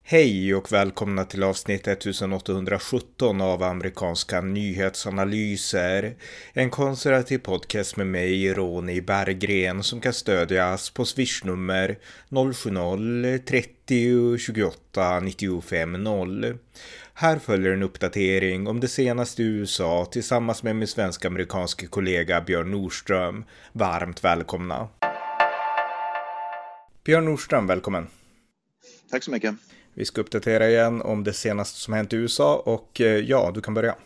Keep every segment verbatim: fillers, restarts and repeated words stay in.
Hej och välkomna till avsnitt ettusενåttahundrasjutton av amerikanska nyhetsanalyser. En konservativ podcast med mig, Ronny Berggren, som kan stödjas på swishnummer noll sju noll trettio tjugoåtta nittiofem noll. Här följer en uppdatering om det senaste i U S A tillsammans med min svensk-amerikanske kollega Björn Nordström. Varmt välkomna. Björn Nordström, välkommen. Tack så mycket. Vi ska uppdatera igen om det senaste som hänt i U S A och ja, du kan börja.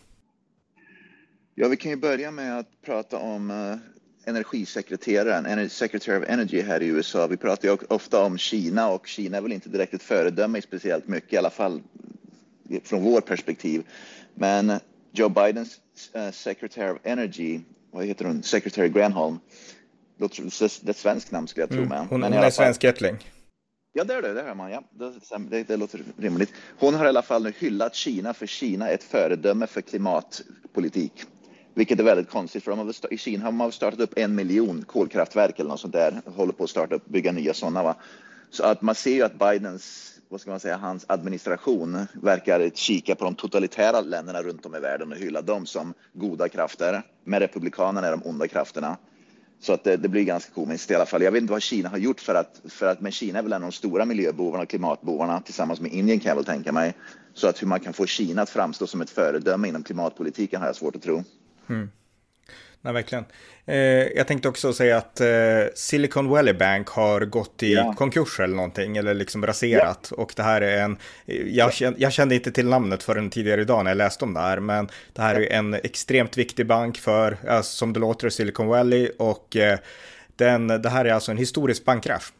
Ja, vi kan ju börja med att prata om uh, energisekreteraren, Secretary of Energy här i U S A. Vi pratar ju ofta om Kina och Kina är väl inte direkt ett föredöme speciellt mycket, i alla fall från vår perspektiv. Men Joe Bidens uh, Secretary of Energy, vad heter hon? Secretary Granholm. Det är ett svenskt namn skulle jag tro med. Mm, hon, Men hon är svensk ättling. Ja, det är det, det hör man. Ja. Det, det, det låter rimligt. Hon har i alla fall nu hyllat Kina, för Kina är ett föredöme för klimatpolitik. Vilket är väldigt konstigt, för de har, i Kina har man startat upp en miljon kolkraftverk eller något sånt där. Håller på att starta upp, bygga nya sådana, va. Så att man ser ju att Bidens, vad ska man säga, hans administration verkar kika på de totalitära länderna runt om i världen och hylla dem som goda krafter. Med republikanerna är de onda krafterna. Så att det, det blir ganska komiskt i alla fall. Jag vet inte vad Kina har gjort för att, för att men Kina är väl en av de stora miljöbovarna och klimatbovarna tillsammans med Indien, kan jag väl tänka mig. Så att hur man kan få Kina att framstå som ett föredöme inom klimatpolitiken har jag svårt att tro. Mm. Nej, verkligen. Eh, jag tänkte också säga att eh, Silicon Valley Bank har gått i ja. konkurs eller någonting, eller liksom raserat. Ja. Och det här är en, jag kände, jag kände inte till namnet förrän tidigare idag när jag läste om det här, men det här ja. är en extremt viktig bank för, alltså, som det låter, Silicon Valley, och eh, den, det här är alltså en historisk bankkrasch.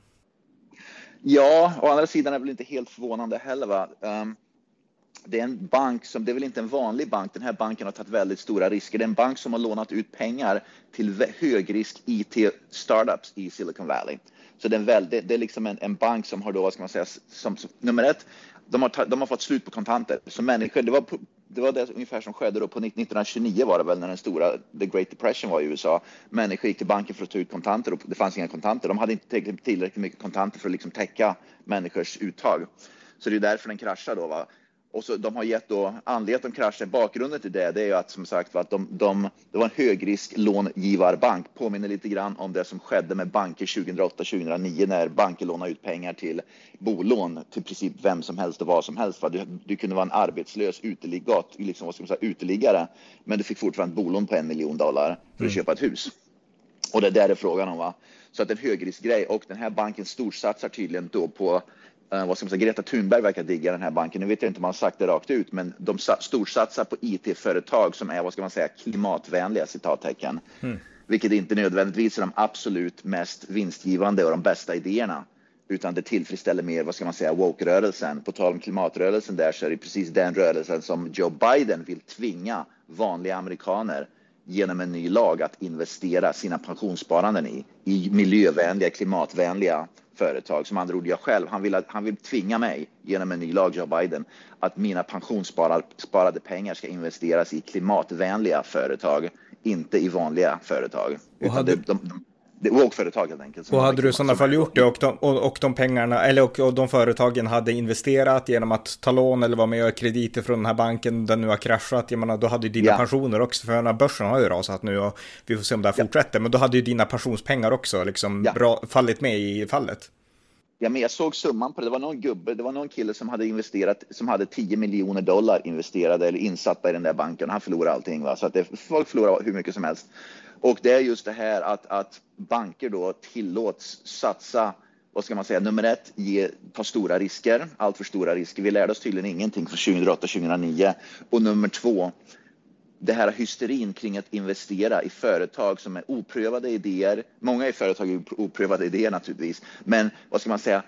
Ja, å andra sidan är det väl inte helt förvånande heller, va? Um... Det är en bank som, det är väl inte en vanlig bank. Den här banken har tagit väldigt stora risker. Det är en bank som har lånat ut pengar till högrisk I T-startups i Silicon Valley. Så det är, en väldigt, det är liksom en, en bank som har då, vad ska man säga, som, som nummer ett, de har, de har fått slut på kontanter. Så människor, det var, det var det ungefär som skedde då på nittonhundratjugonio var det väl, när den stora, the Great Depression var i U S A. Människor gick till banken för att ta ut kontanter och det fanns inga kontanter. De hade inte tillräckligt mycket kontanter för att liksom täcka människors uttag. Så det är därför den kraschar då, va. Och så de har gett då anledningen till kraschen. Bakgrunden till det, det är ju att, som sagt, att de, de, det var en högrisk långivarbank. Påminner lite grann om det som skedde med banker tjugohundraåtta tjugohundranio när banker lånade ut pengar till bolån till princip vem som helst och vad som helst. Du, du kunde vara en arbetslös uteliggat, liksom, vad ska man säga, uteliggare, men du fick fortfarande ett bolån på en miljon dollar för att mm. köpa ett hus. Och det är där det är frågan om, va. Så att det är en högrisk grej, och den här banken storsatsar tydligen då på Uh, vad ska man säga, Greta Thunberg verkar digga den här banken. Nu vet jag inte om man har sagt det rakt ut, men de storsatsar på I T-företag som är, vad ska man säga, klimatvänliga, citattecken. Mm. Vilket inte nödvändigtvis är de absolut mest vinstgivande och de bästa idéerna, utan det tillfredsställer mer, vad ska man säga, woke-rörelsen. På tal om klimatrörelsen där, så är det precis den rörelsen som Joe Biden vill tvinga vanliga amerikaner genom en ny lag att investera sina pensionssparanden i, i miljövänliga, klimatvänliga företag. Som andra ord, jag själv, han vill, att, han vill tvinga mig genom en ny lag, Joe Biden, att mina pensionssparade pengar ska investeras i klimatvänliga företag, inte i vanliga företag. Och hade... de, de, de, det är woke-företag helt enkelt. Och hade du i sådana fall gjort det, och de, och, och de pengarna, eller och, och de företagen hade investerat genom att ta lån eller vara med och krediter från den här banken, den nu har kraschat, jag menar, då hade ju dina ja. pensioner också, för den här börsen har ju rasat nu och vi får se om det här ja. fortsätter, men då hade ju dina pensionspengar också liksom ja. bra, fallit med i fallet. Ja, men jag såg summan på det. Det var någon gubbe, det var någon kille som hade investerat, som hade tio miljoner dollar investerade eller insatta i den där banken. Han förlorade allting, va? Så att det, folk förlorar hur mycket som helst. Och det är just det här att, att banker då tillåts satsa, vad ska man säga, nummer ett, ge, ta stora risker, allt för stora risker. Vi lärde oss tydligen ingenting från tjugohundraåtta tjugohundranio. Och nummer två, det här hysterin kring att investera i företag som är oprövade idéer. Många i företag är oprövade idéer naturligtvis. Men vad ska man säga,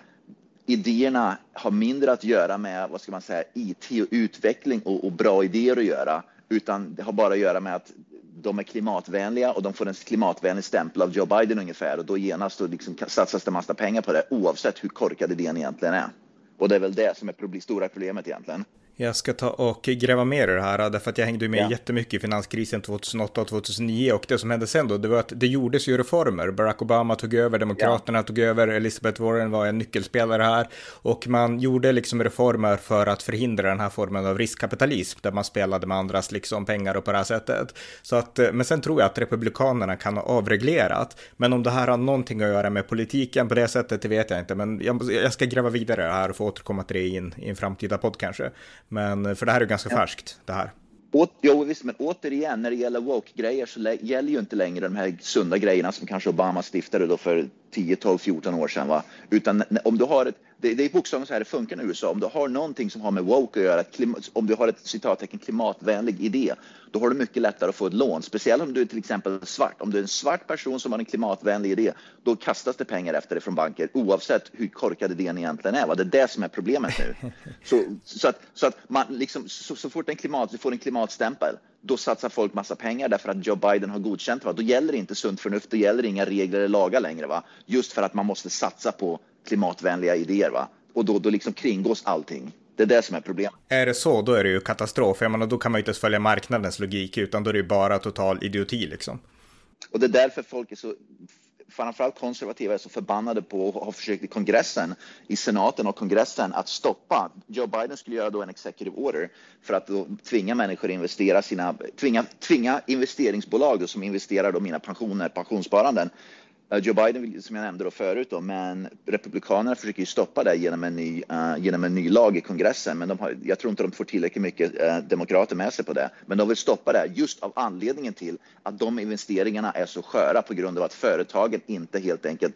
idéerna har mindre att göra med, vad ska man säga, I T och utveckling och, och bra idéer att göra. Utan det har bara att göra med att de är klimatvänliga och de får en klimatvänlig stämpel av Joe Biden ungefär. Och då genast då liksom satsas det massa pengar på det, oavsett hur korkad idén egentligen är. Och det är väl det som är det stora problemet egentligen. Jag ska ta och gräva mer i det här, därför att jag hängde med Ja. jättemycket i finanskrisen tjugohundraåtta och tjugohundraniu, och det som hände sen då, det var att det gjordes ju reformer. Barack Obama tog över, Demokraterna ja. tog över, Elizabeth Warren var en nyckelspelare här, och man gjorde liksom reformer för att förhindra den här formen av riskkapitalism, där man spelade med andras liksom pengar och på det här sättet. Så att, men sen tror jag att republikanerna kan ha avreglerat, men om det här har någonting att göra med politiken på det sättet, det vet jag inte, men jag, jag ska gräva vidare här och få återkomma till det i en, i en framtida podd kanske. Men för det här är ganska ja. färskt, det här. Å, jo visst, men återigen när det gäller woke-grejer så lä- gäller ju inte längre de här sunda grejerna som kanske Obama stiftade då för tio, tolv, fjorton år sedan, va? Utan om du har ett, det, det är bokstavligen så här det funkar i U S A, om du har någonting som har med woke att göra, klimat, om du har ett citattecken klimatvänlig idé, då har du mycket lättare att få ett lån, speciellt om du är till exempel svart. Om du är en svart person som har en klimatvänlig idé, då kastas det pengar efter det från banker, oavsett hur korkad idén egentligen är, va? Det är det som är problemet nu. Så, så att, så att man liksom, så, så fort en klimat, du får en klimatstämpel, då satsar folk massa pengar därför att Joe Biden har godkänt, va? Då gäller inte sunt förnuft, då gäller inga regler eller lagar längre, va? Just för att man måste satsa på klimatvänliga idéer, va? Och då, då liksom kringgås allting. Det är det som är problemet. Är det så, då är det ju katastrof. Jag menar, då kan man ju inte följa marknadens logik, utan då är det ju bara total idioti liksom. Och det är därför folk är så, framförallt konservativa, är så förbannade på och har försökt i kongressen, i senaten och kongressen, att stoppa. Joe Biden skulle göra då en executive order för att då tvinga människor att investera sina, tvinga, tvinga investeringsbolag då, som investerar då mina pensioner, pensionssparanden. Joe Biden, som jag nämnde då förut då, men republikanerna försöker ju stoppa det genom en ny, uh, genom en ny lag i kongressen, men de har, jag tror inte de får tillräckligt mycket uh, demokrater med sig på det, men de vill stoppa det just av anledningen till att de investeringarna är så sköra på grund av att företagen inte helt enkelt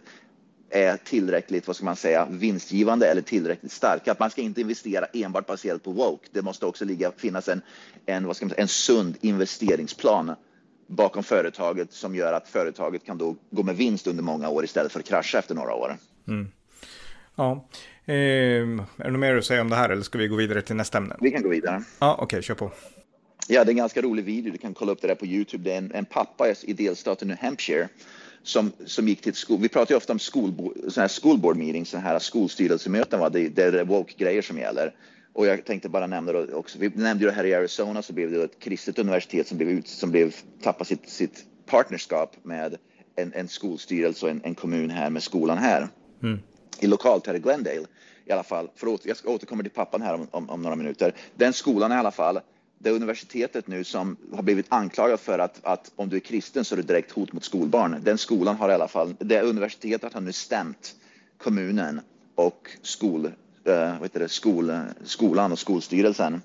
är tillräckligt, vad ska man säga, vinstgivande eller tillräckligt starka. Att man ska inte investera enbart baserat på woke. Det måste också ligga, finnas en, en, vad ska man säga, en sund investeringsplan bakom företaget som gör att företaget kan då gå med vinst under många år istället för att krascha efter några år. Mm. Ja, eh, är det något mer att säga om det här eller ska vi gå vidare till nästa ämne? Vi kan gå vidare. Ja, okej, okay, kör på. Ja, det är en ganska rolig video. Du kan kolla upp det där på YouTube. Det är en, en pappa i delstaten New Hampshire som, som gick till skol. Vi pratar ju ofta om skolbo, sån här school board meetings, sån här skolstyrelsemöten, va? Det, det är woke-grejer som gäller. Och jag tänkte bara nämna det också. Vi nämnde ju det här i Arizona, så blev det ett kristet universitet som blev, ut, som blev tappade sitt, sitt partnerskap med en, en skolstyrelse och en, en kommun här med skolan här. Mm. I lokalt här i Glendale i alla fall. För jag ska återkomma till pappan här om, om, om några minuter. Den skolan i alla fall, det universitetet nu som har blivit anklagad för att, att om du är kristen så är det direkt hot mot skolbarn. Den skolan har i alla fall, det universitetet har nu stämt kommunen och skol Uh, vad heter det, skol, skolan och skolstyrelsen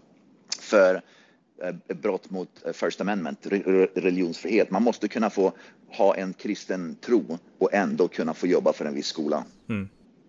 för uh, brott mot uh, First Amendment, re, religionsfrihet. Man måste kunna få ha en kristen tro och ändå kunna få jobba för en viss skola. Mm.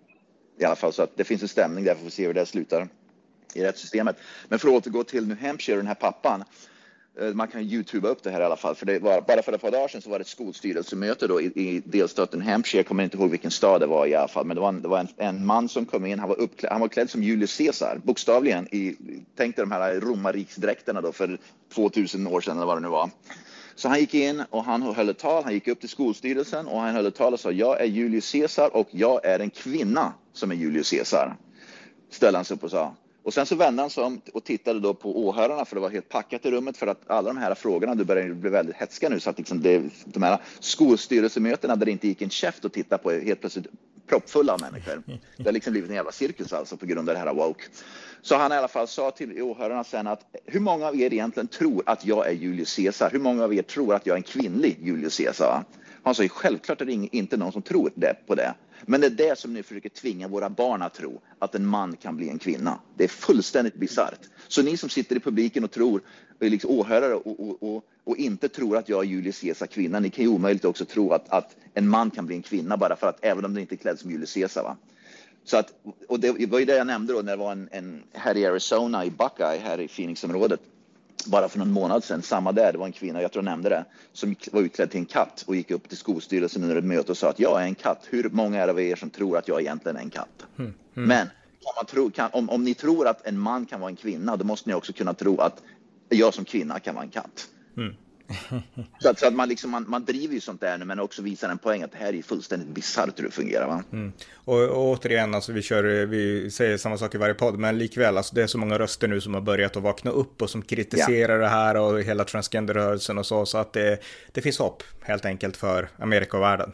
I alla fall så att det finns en stämning där, för att se hur det slutar i rättssystemet. Men för att återgå till New Hampshire, den här pappan. Man kan YouTubea upp det här i alla fall, för det var, bara för ett par dagar sedan så var det ett skolstyrelsemöte då i, i delstaten New Hampshire. Jag kommer inte ihåg vilken stad det var i alla fall, men det var en, det var en, en man som kom in, han var, uppklädd, han var klädd som Julius Caesar, bokstavligen i, tänk dig de här romarriksdräkterna då för tvåtusen år sedan eller vad det nu var. Så han gick in och han höll ett tal, han gick upp till skolstyrelsen och han höll ett tal och sa: jag är Julius Caesar och jag är en kvinna som är Julius Caesar. Ställde han sig upp och sa. Och sen så vände han sig om och tittade då på åhörarna, för det var helt packat i rummet, för att alla de här frågorna, du börjar bli väldigt hetska nu, så att liksom det, de här skolstyrelsemötena där det inte gick en käft att titta på, helt plötsligt proppfulla av människor. Det har liksom blivit en jävla cirkus alltså på grund av det här woke. Så han i alla fall sa till åhörarna sen att hur många av er egentligen tror att jag är Julius Caesar? Hur många av er tror att jag är en kvinnlig Julius Caesar? Han sa ju självklart är det inte någon som tror det på det. Men det är det som ni försöker tvinga våra barn att tro, att en man kan bli en kvinna. Det är fullständigt bisarrt. Så ni som sitter i publiken och tror, liksom åhörare och, och, och, och inte tror att jag är Julius Caesar kvinna, ni kan ju omöjligt också tro att, att en man kan bli en kvinna bara för att, även om det inte är klädd som Julius Caesar, va? Så att, och det var ju det jag nämnde då när det var en, en här i Arizona, i Buckeye, här i Phoenixområdet. Bara för någon månad sedan, samma där, det var en kvinna, jag tror jag nämnde det, som var utklädd till en katt och gick upp till skolstyrelsen under ett möte och sa att jag är en katt. Hur många är det av er som tror att jag egentligen är en katt? Mm. Mm. Men kan man tro, kan, om, om ni tror att en man kan vara en kvinna, då måste ni också kunna tro att jag som kvinna kan vara en katt. Mm. Så att, så att man, liksom, man, man driver ju sånt där nu, men också visar en poäng att det här är fullständigt bisarrt hur det fungerar. Va? Mm. Och, och återigen, alltså, vi, kör, vi säger samma sak i varje podd, men likväl, alltså, det är så många röster nu som har börjat att vakna upp och som kritiserar ja. det här och hela transgenderrörelsen och så, så att det, det finns hopp helt enkelt för Amerika och världen.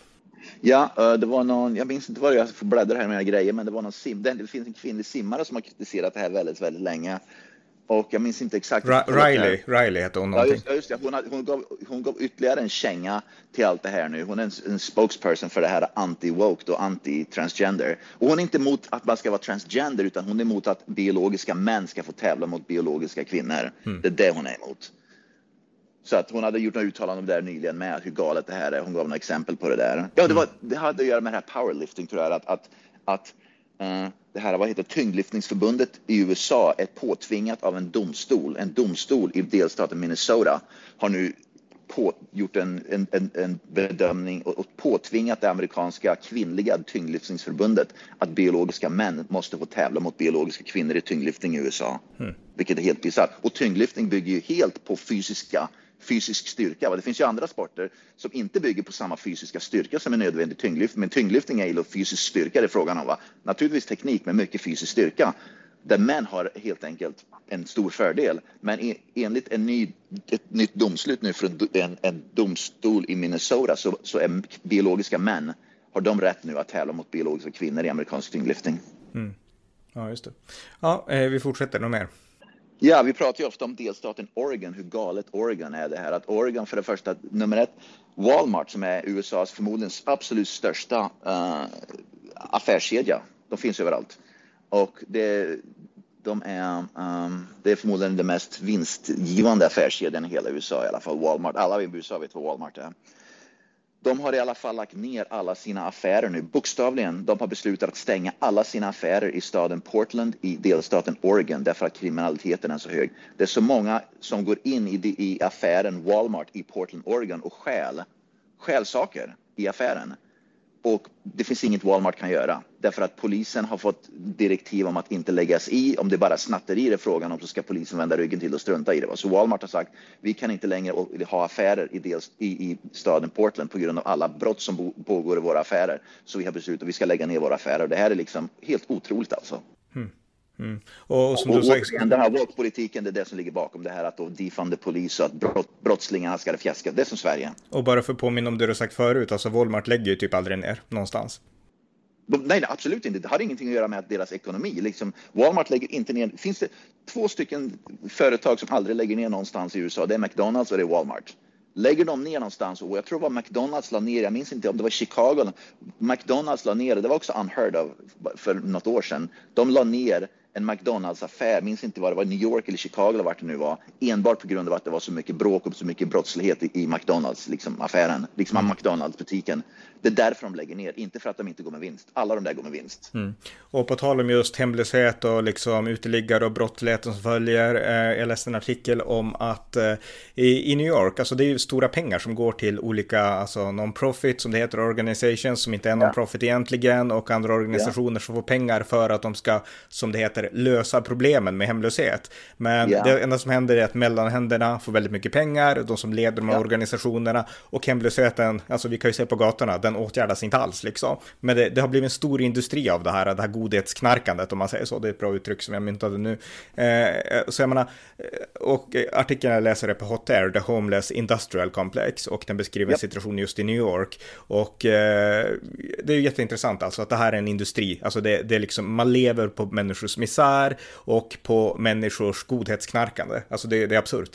Ja, det var någon, jag minns inte vad jag får bläddra här med mina grejer, men det var någon sim, det finns en kvinnlig simmare som har kritiserat det här väldigt, väldigt länge. Och jag minns inte exakt. Ra- Riley, Riley heter hon någonting. Ja, just, just det. Hon, hon, gav, hon gav ytterligare en känga till allt det här nu. Hon är en, en spokesperson för det här anti-woke och anti-transgender. Och hon är inte emot att man ska vara transgender, utan hon är emot att biologiska män ska få tävla mot biologiska kvinnor. Mm. Det är det hon är emot. Så att hon hade gjort några uttalanden om det där nyligen med hur galet det här är. Hon gav några exempel på det där. Ja, det, var, det hade att göra med det här powerlifting, tror jag. Att, att, att uh, det här, vad heter tyngdlyftningsförbundet i U S A är påtvingat av en domstol. En domstol i delstaten Minnesota har nu på, gjort en, en, en, en bedömning och, och påtvingat det amerikanska kvinnliga tyngdlyftningsförbundet att biologiska män måste få tävla mot biologiska kvinnor i tyngdlyftning i U S A. Mm. Vilket är helt bisarrt. Och tyngdlyftning bygger ju helt på fysiska fysisk styrka. Det finns ju andra sporter som inte bygger på samma fysiska styrka som är nödvändig tyngdlyftning. Men tyngdlyftning är ju fysisk styrka, det är frågan om. Va? Naturligtvis teknik med mycket fysisk styrka. Där män har helt enkelt en stor fördel. Men enligt en ny, ett nytt domslut nu från en, en domstol i Minnesota så, så är biologiska män, har de rätt nu att tävla mot biologiska kvinnor i amerikansk tyngdlyftning. Mm. Ja, just det. Ja, eh, vi fortsätter nog mer. Ja, vi pratar ju ofta om delstaten Oregon, hur galet Oregon är det här. Att Oregon, för det första, nummer ett, Walmart som är U S A:s förmodligen absolut största uh, affärskedja. De finns överallt. Och det, de är, um, det är förmodligen det mest vinstgivande affärskedjan i hela U S A i alla fall. Walmart, alla i U S A vet vad Walmart är. De har i alla fall lagt ner alla sina affärer nu, bokstavligen. De har beslutat att stänga alla sina affärer i staden Portland i delstaten Oregon därför att kriminaliteten är så hög. Det är så många som går in i, i affären Walmart i Portland, Oregon och stjäl, stjäl saker i affären. Och det finns inget Walmart kan göra. Därför att polisen har fått direktiv om att inte läggas i. Om det bara snatteri är frågan om så ska polisen vända ryggen till och strunta i det. Så Walmart har sagt vi kan inte längre ha affärer i, dels, i, i staden Portland på grund av alla brott som pågår i våra affärer. Så vi har beslutat att vi ska lägga ner våra affärer. Det här är liksom helt otroligt alltså. Mm. Mm. Och som och, du säger, och den här woke-politiken, det är det som ligger bakom det här att då defunda polis och att brott, brottslingarna ska fjäska. Det är som Sverige. Och bara för att påminna om det du sagt förut, alltså Walmart lägger ju typ aldrig ner någonstans. Nej, absolut inte. Det har ingenting att göra med deras ekonomi. Liksom, Walmart lägger inte ner. Finns det två stycken företag som aldrig lägger ner någonstans i U S A? Det är McDonald's och det är Walmart. Lägger de ner någonstans, och jag tror det var McDonald's la ner, jag minns inte om det var Chicago, McDonald's la ner, det var också unheard of för något år sedan. De la ner en McDonald's-affär, minns inte vad det var, New York eller Chicago eller vart det nu var, enbart på grund av att det var så mycket bråk och så mycket brottslighet i, i McDonald's, liksom affären, liksom mm. McDonald's-butiken. Det är därför de lägger ner, inte för att de inte går med vinst. Alla de där går med vinst. Mm. Och på tal om just hemlöshet och liksom uteliggare och brottsligheten som följer, eh, jag läste en artikel om att eh, i, i New York, alltså det är ju stora pengar som går till olika, alltså non-profit som det heter, organizations som inte är non-profit ja. egentligen, och andra organisationer ja. som får pengar för att de ska, som det heter, lösa problemen med hemlöshet. Men yeah. det enda som händer är att mellanhänderna får väldigt mycket pengar, de som leder de här yeah. organisationerna, och hemlösheten, alltså vi kan ju se på gatorna, den åtgärdas inte alls liksom. Men det, det har blivit en stor industri av det här, det här godhetsknarkandet om man säger så, det är ett bra uttryck som jag myntade nu. Eh, så jag menar, och artikeln jag läser är på Hot Air, The Homeless Industrial Complex, och den beskriver yep. en situation just i New York, och eh, det är ju jätteintressant alltså att det här är en industri, alltså det, det är liksom, man lever på människors misär och på människors godhetsknarkande. Alltså det, det är absurt.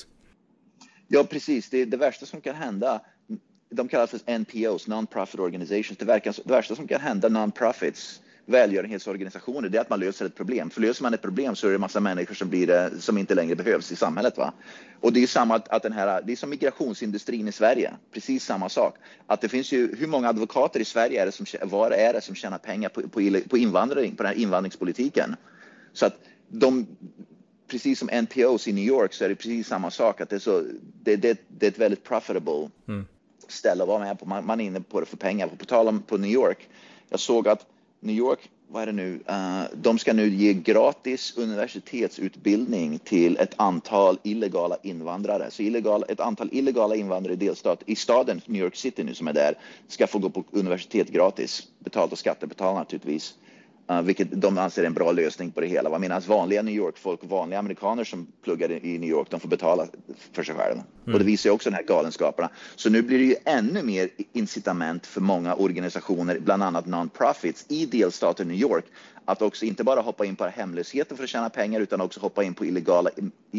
Ja, precis. Det, det värsta som kan hända, de kallas för N P Os, Non-Profit Organizations. Det, verkar, det värsta som kan hända non-profits, välgörenhetsorganisationer, det är att man löser ett problem. För löser man ett problem så är det en massa människor som, blir det, som inte längre behövs i samhället. Va? Och det är samma att, att den här, det är som migrationsindustrin i Sverige. Precis samma sak. Att det finns ju, hur många advokater i Sverige är det som, var är det som tjänar pengar på, på, på invandring, på den här invandringspolitiken? Så att de, precis som N P Os i New York, så är det precis samma sak. Att det, är så, det, det, det är ett väldigt profitable mm. ställe att vara med på. Man, man är inne på det för pengar. På tal om på New York, jag såg att New York vad är det nu? Uh, de ska nu ge gratis universitetsutbildning till ett antal illegala invandrare. Så illegal, ett antal illegala invandrare i delstat, i staden New York City nu som är där, ska få gå på universitet gratis. Betalt av skattebetalarna naturligtvis. Uh, vilket de anser är en bra lösning på det hela. Medan vanliga New York-folk och vanliga amerikaner som pluggar i New York, de får betala för sig själva. Mm. Och det visar ju också den här galenskaperna. Så nu blir det ju ännu mer incitament för många organisationer, bland annat non-profits i delstaten New York, att också inte bara hoppa in på hemlösheten för att tjäna pengar, utan också hoppa in på illegala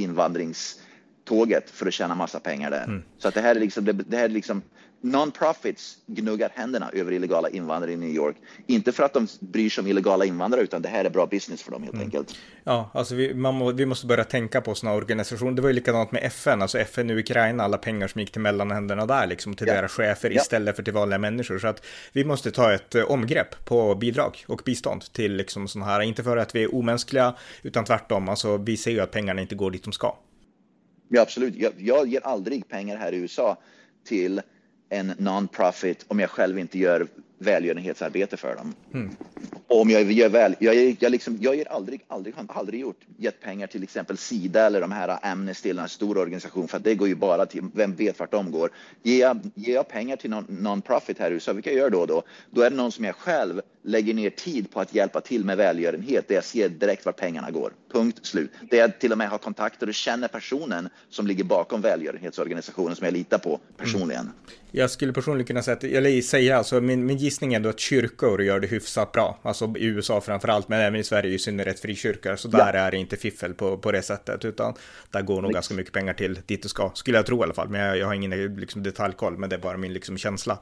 invandringståget för att tjäna massa pengar där. Mm. Så att det här är liksom, det, det här är liksom non-profits gnuggar händerna över illegala invandrare i New York. Inte för att de bryr sig om illegala invandrare, utan det här är bra business för dem helt mm. enkelt. Ja, alltså vi, man må, vi måste börja tänka på såna organisationer. Det var ju likadant med F N, alltså F N i Ukraina, alla pengar som gick till mellanhänderna där liksom till ja. deras chefer ja. istället för till vanliga människor. Så att vi måste ta ett uh, omgrepp på bidrag och bistånd till liksom sån här, inte för att vi är omänskliga, utan tvärtom. Alltså vi ser ju att pengarna inte går dit de ska. Ja, absolut. Jag, jag ger aldrig pengar här i U S A till en non-profit om jag själv inte gör välgörenhetsarbete för dem. Mm. Och om jag gör väl, jag, jag, liksom, jag ger aldrig, aldrig, aldrig gjort, gett pengar till exempel Sida eller de här Amnesty eller en stor organisation, för att det går ju bara till, vem vet vart de går. Ger jag, ger jag pengar till non, non-profit här i U S A, vilka jag gör då och då, då är det någon som jag själv lägger ner tid på att hjälpa till med välgörenhet, där jag ser direkt vart pengarna går. Punkt, slut. Det jag till och med har kontakter och känner personen som ligger bakom välgörenhetsorganisationen som jag litar på personligen. Mm. Jag skulle personligen kunna säga, eller säga alltså, min, min gissning är då att kyrkor gör det hyfsat bra. Alltså i U S A framförallt, men även i Sverige i synnerhet frikyrkor. Så där ja. är det inte fiffel på, på det sättet, utan där går nog Riks. ganska mycket pengar till dit det ska. Skulle jag tro i alla fall, men jag, jag har ingen liksom, detaljkoll, men det är bara min liksom, känsla.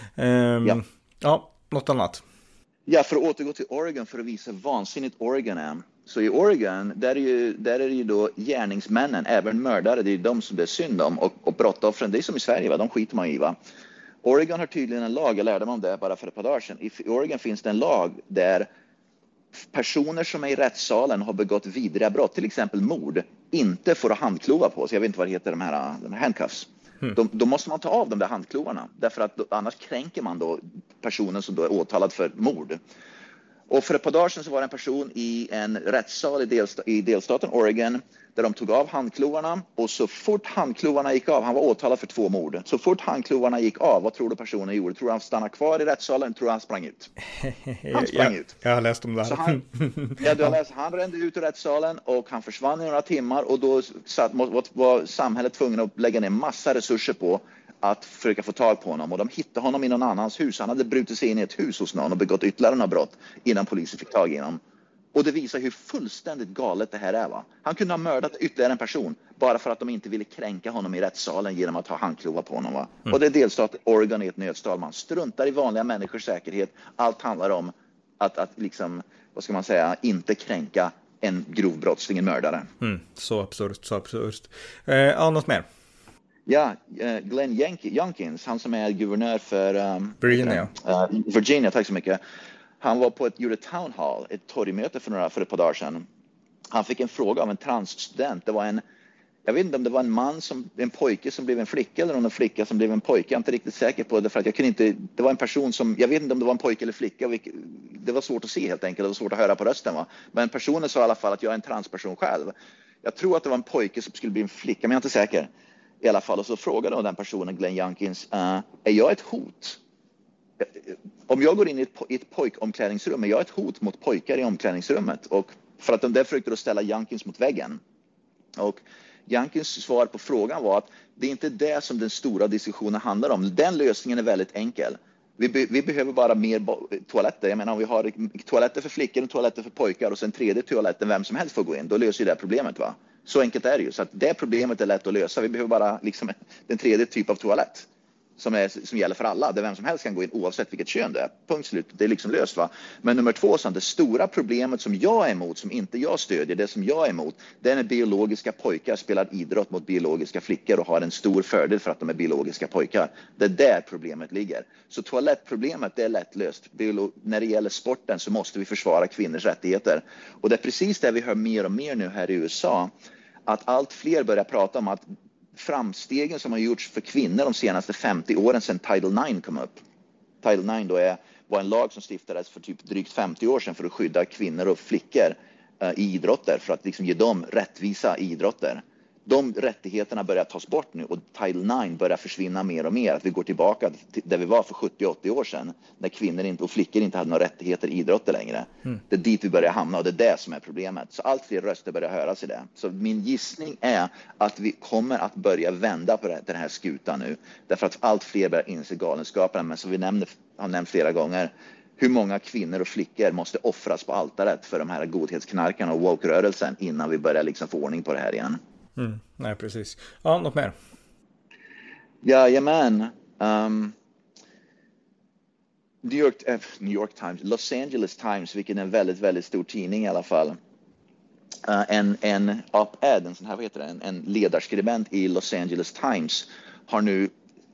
Um, ja. ja, något annat. Ja, för att återgå till Oregon för att visa vansinnigt Oregon är. Så i Oregon, där är, ju, där är det ju då gärningsmännen, även mördare, det är de som det är synd om. Och, och brottsoffren, det är som i Sverige, va? De skiter man i, va? Oregon har tydligen en lag, jag lärde mig om det bara för ett par dagar sedan. I Oregon finns det en lag där personer som är i rättssalen har begått vidriga brott, till exempel mord, inte får handklova på sig. Jag vet inte vad det heter, de här, de här handcuffs. Mm. Då, då måste man ta av de där handklovarna, därför att då, annars kränker man då personen som då är åtalad för mord. Och för ett par dagar sedan så var det en person i en rättssal i, delsta- i delstaten Oregon där de tog av handklovarna, och så fort handklovarna gick av, han var åtalad för två mord. Så fort handklovarna gick av, vad tror du personen gjorde? Tror du han stannade kvar i rättssalen? Tror du han sprang ut? Han sprang ja, ut. Jag har läst om det här. Så han, ja, du har läst, han rände ut ur rättssalen och han försvann i några timmar, och då satt, var samhället tvungen att lägga ner massa resurser på att försöka få tag på honom, och de hittade honom i någon annans hus. Han hade brutit sig in i ett hus hos någon och begått ytterligare några brott innan polisen fick tag i honom. Och det visar hur fullständigt galet det här är, va? Han kunde ha mördat ytterligare en person bara för att de inte ville kränka honom i rättssalen genom att ha handklovar på honom, va? Mm. Och det är delstaten Oregon i ett nötskal. Man struntar i vanliga människors säkerhet. Allt handlar om att, att liksom, vad ska man säga, inte kränka en grov brottsling, en mördare. Mm. Så absurt, så absurt. Eh, ja, något mer? Ja, uh, Glenn Youngkins, han som är guvernör för um, Virginia. Uh, Virginia, tack så mycket. Han var på ett, gjorde town hall, ett torgmöte för, några, för ett par dagar sedan. Han fick en fråga av en transstudent. Det var en, jag vet inte om det var en man, som, en pojke som blev en flicka, eller en flicka som blev en pojke. Jag är inte riktigt säker på det, för att jag kunde inte, det var en person som, jag vet inte om det var en pojke eller flicka. Det var svårt att se helt enkelt, det var svårt att höra på rösten, va? Men personen sa i alla fall att jag är en transperson själv. Jag tror att det var en pojke som skulle bli en flicka, men jag är inte säker. I alla fall, och så frågade den personen, Glenn Youngkins, uh, är jag ett hot? Om jag går in i ett, i ett pojkomklädningsrum, är jag ett hot mot pojkar i omklädningsrummet? Och för att de där försökte då ställa Youngkins mot väggen. Och Youngkins svar på frågan var att det är inte det som den stora diskussionen handlar om. Den lösningen är väldigt enkel. Vi, be, vi behöver bara mer toaletter. Jag menar, om vi har toaletter för flickor och toaletter för pojkar och sen tredje toaletten vem som helst får gå in, då löser ju det problemet, va? Så enkelt är det ju. Så att det problemet är lätt att lösa. Vi behöver bara liksom den tredje typ av toalett som, är, som gäller för alla, där vem som helst kan gå in oavsett vilket kön det är. Punkt slut. Det är liksom löst, va? Men nummer två, så det stora problemet som jag är emot, som inte jag stödjer, det som jag är emot, det är när biologiska pojkar spelar idrott mot biologiska flickor och har en stor fördel för att de är biologiska pojkar. Det är där problemet ligger. Så toalettproblemet, det är lättlöst. Biolo- när det gäller sporten så måste vi försvara kvinnors rättigheter. Och det är precis det vi hör mer och mer nu här i U S A. Att allt fler börjar prata om att framstegen som har gjorts för kvinnor de senaste femtio åren sedan Title nine kom upp. Title nine då är var en lag som stiftades för typ drygt femtio år sedan för att skydda kvinnor och flickor uh, i idrotter, för att liksom ge dem rättvisa i idrotter. De rättigheterna börjar tas bort nu och Title nine börjar försvinna mer och mer. Att vi går tillbaka till där vi var för sjuttio åttio år sedan, när kvinnor inte, och flickor inte hade några rättigheter i idrotter längre. Mm. Det är dit vi börjar hamna, och det är det som är problemet. Så allt fler röster börjar höras i det. Så min gissning är att vi kommer att börja vända på den här skutan nu. Därför att allt fler börjar inse galenskapen. Men som vi nämnde, har nämnt flera gånger, hur många kvinnor och flickor måste offras på altaret för de här godhetsknarkarna och woke-rörelsen innan vi börjar liksom få ordning på det här igen. Mm, nej, precis. Ja, något mer? Jajamän. Um, New York, äh, New York Times, Los Angeles Times, vilken är en väldigt, väldigt stor tidning i alla fall. Uh, en en op-ed, en sån här, vad heter det, en, en ledarskribent i Los Angeles Times har nu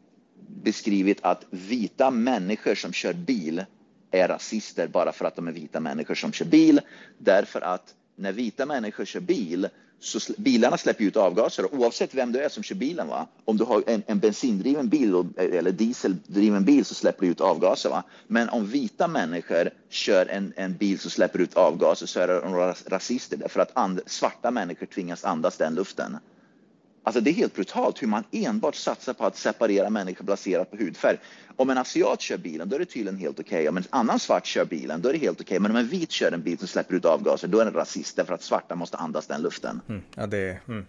beskrivit att vita människor som kör bil är rasister bara för att de är vita människor som kör bil. Därför att när vita människor kör bil, så bilarna släpper ut avgaser, oavsett vem du är som kör bilen, va? Om du har en, en bensindriven bil eller dieseldriven bil så släpper du ut avgaser, va? Men om vita människor kör en, en bil så släpper ut avgaser, så är de rasister, därför att and, svarta människor tvingas andas den luften. Alltså det är helt brutalt hur man enbart satsar på att separera människor baserat på hudfärg. Om en asiat kör bilen, då är det tydligen helt okej. Okay. Om en annan svart kör bilen, då är det helt okej. Okay. Men om en vit kör en bil som släpper ut avgaser, då är det en rasist, därför att svarta måste andas den luften. Mm. Ja, det är... Mm.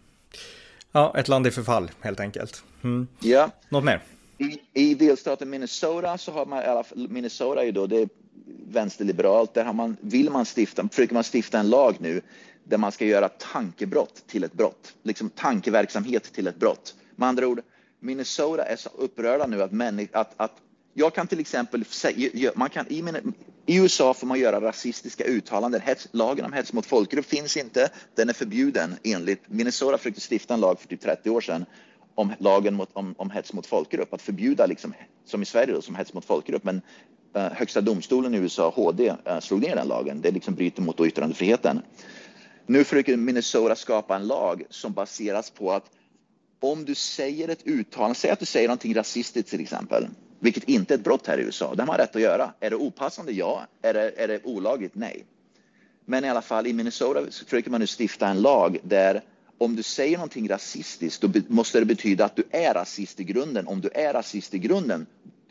Ja, ett land i förfall, helt enkelt. Mm. Ja. Något mer? I, I delstaten Minnesota så har man, i alla fall, Minnesota är ju då, det är vänsterliberalt. Där har man, vill man stifta, försöker man stifta en lag nu där man ska göra tankebrott till ett brott. Liksom tankeverksamhet till ett brott. Med andra ord, Minnesota är så upprörda nu att, människ- att, att jag kan till exempel säga, man kan, i, i U S A får man göra rasistiska uttalanden. Hets, lagen om hets mot folkgrupp finns inte. Den är förbjuden enligt, Minnesota försökte stifta en lag för typ trettio år sedan om lagen mot, om, om hets mot folkgrupp. Att förbjuda, liksom, som i Sverige då, som hets mot folkgrupp. Men uh, högsta domstolen i U S A, H D, uh, slog ner den lagen. Det liksom bryter mot yttrandefriheten. Nu försöker Minnesota skapa en lag som baseras på att om du säger ett uttalande, säg att du säger någonting rasistiskt till exempel, vilket inte är ett brott här i U S A, det har man rätt att göra. Är det opassande? Ja. Är det, är det olagligt? Nej. Men i alla fall i Minnesota försöker man nu stifta en lag där om du säger någonting rasistiskt, då måste det betyda att du är rasist i grunden. Om du är rasist i grunden,